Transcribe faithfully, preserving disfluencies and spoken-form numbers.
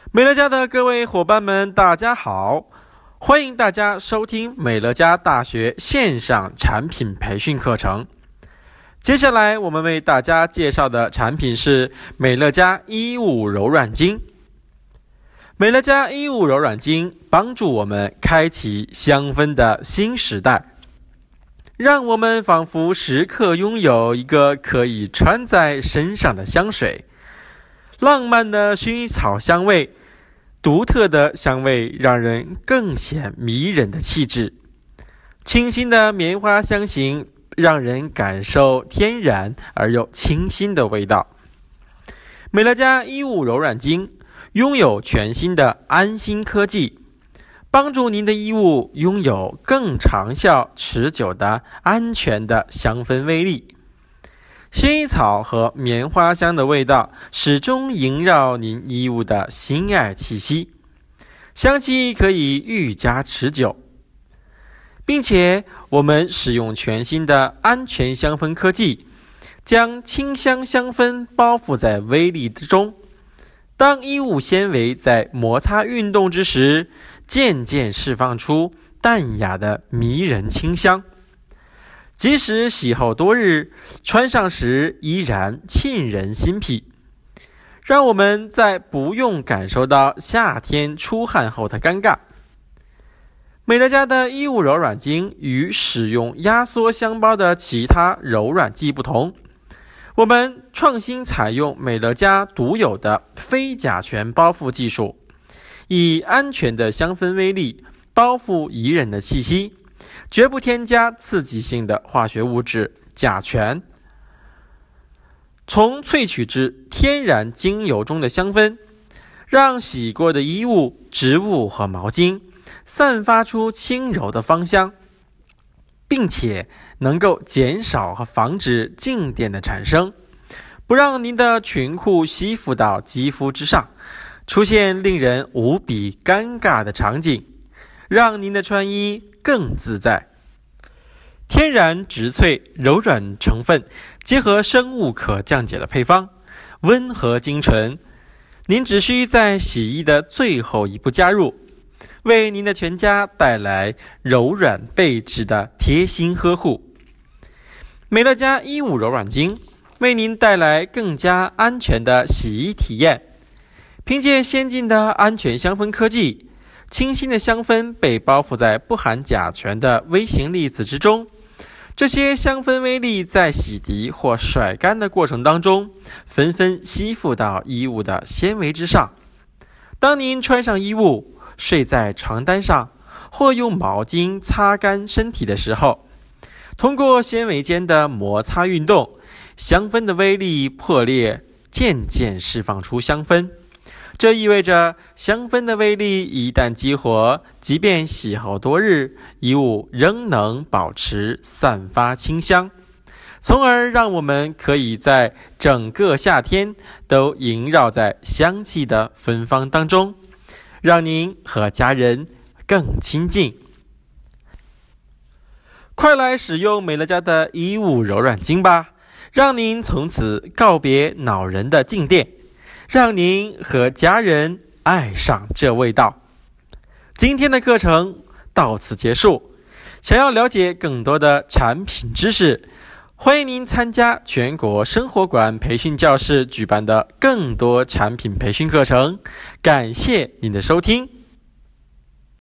美乐家的各位伙伴们，大家好！欢迎大家收听美乐家大学线上产品培训课程。接下来我们为大家介绍的产品是美乐家衣物柔软巾。美乐家衣物柔软巾帮助我们开启香氛的新时代，让我们仿佛时刻拥有一个可以穿在身上的香水。浪漫的薰衣草香味，独特的香味让人更显迷人的气质。清新的棉花香型让人感受天然而又清新的味道。美乐家衣物柔软巾拥有全新的安心科技，帮助您的衣物拥有更长效持久的安全的香氛威力。薰衣草和棉花香的味道始终萦绕您衣物的心爱气息，香气可以愈加持久，并且我们使用全新的安全香氛科技，将清香香氛包覆在微粒之中。当衣物纤维在摩擦运动之时，渐渐释放出淡雅的迷人清香。即使洗后多日，穿上时依然沁人心脾，让我们在不用感受到夏天出汗后的尴尬。美乐家的衣物柔软巾与使用压缩箱包的其他柔软剂不同，我们创新采用美乐家独有的非甲醛包覆技术，以安全的香氛威力包覆宜人的气息，绝不添加刺激性的化学物质甲醛。从萃取至天然精油中的香氛，让洗过的衣物、植物和毛巾散发出轻柔的芳香，并且能够减少和防止静电的产生，不让您的裙裤吸附到肌肤之上，出现令人无比尴尬的场景，让您的穿衣更自在。天然植萃柔软成分结合生物可降解的配方，温和精纯。您只需在洗衣的最后一步加入，为您的全家带来柔软备至的贴心呵护。美乐家衣物柔软巾为您带来更加安全的洗衣体验。凭借先进的安全香氛科技，清新的香氛被包覆在不含甲醛的微型粒子之中，这些香氛微粒在洗涤或甩干的过程当中，纷纷吸附到衣物的纤维之上。当您穿上衣物，睡在床单上，或用毛巾擦干身体的时候，通过纤维间的摩擦运动，香氛的微粒破裂，渐渐释放出香氛。这意味着香氛的威力一旦激活，即便洗后多日，衣物仍能保持散发清香，从而让我们可以在整个夏天都萦绕在香气的芬芳当中，让您和家人更亲近。快来使用美乐家的衣物柔软巾吧，让您从此告别恼人的静电，让您和家人爱上这味道。今天的课程到此结束，想要了解更多的产品知识，欢迎您参加全国生活馆培训教室举办的更多产品培训课程。感谢您的收听。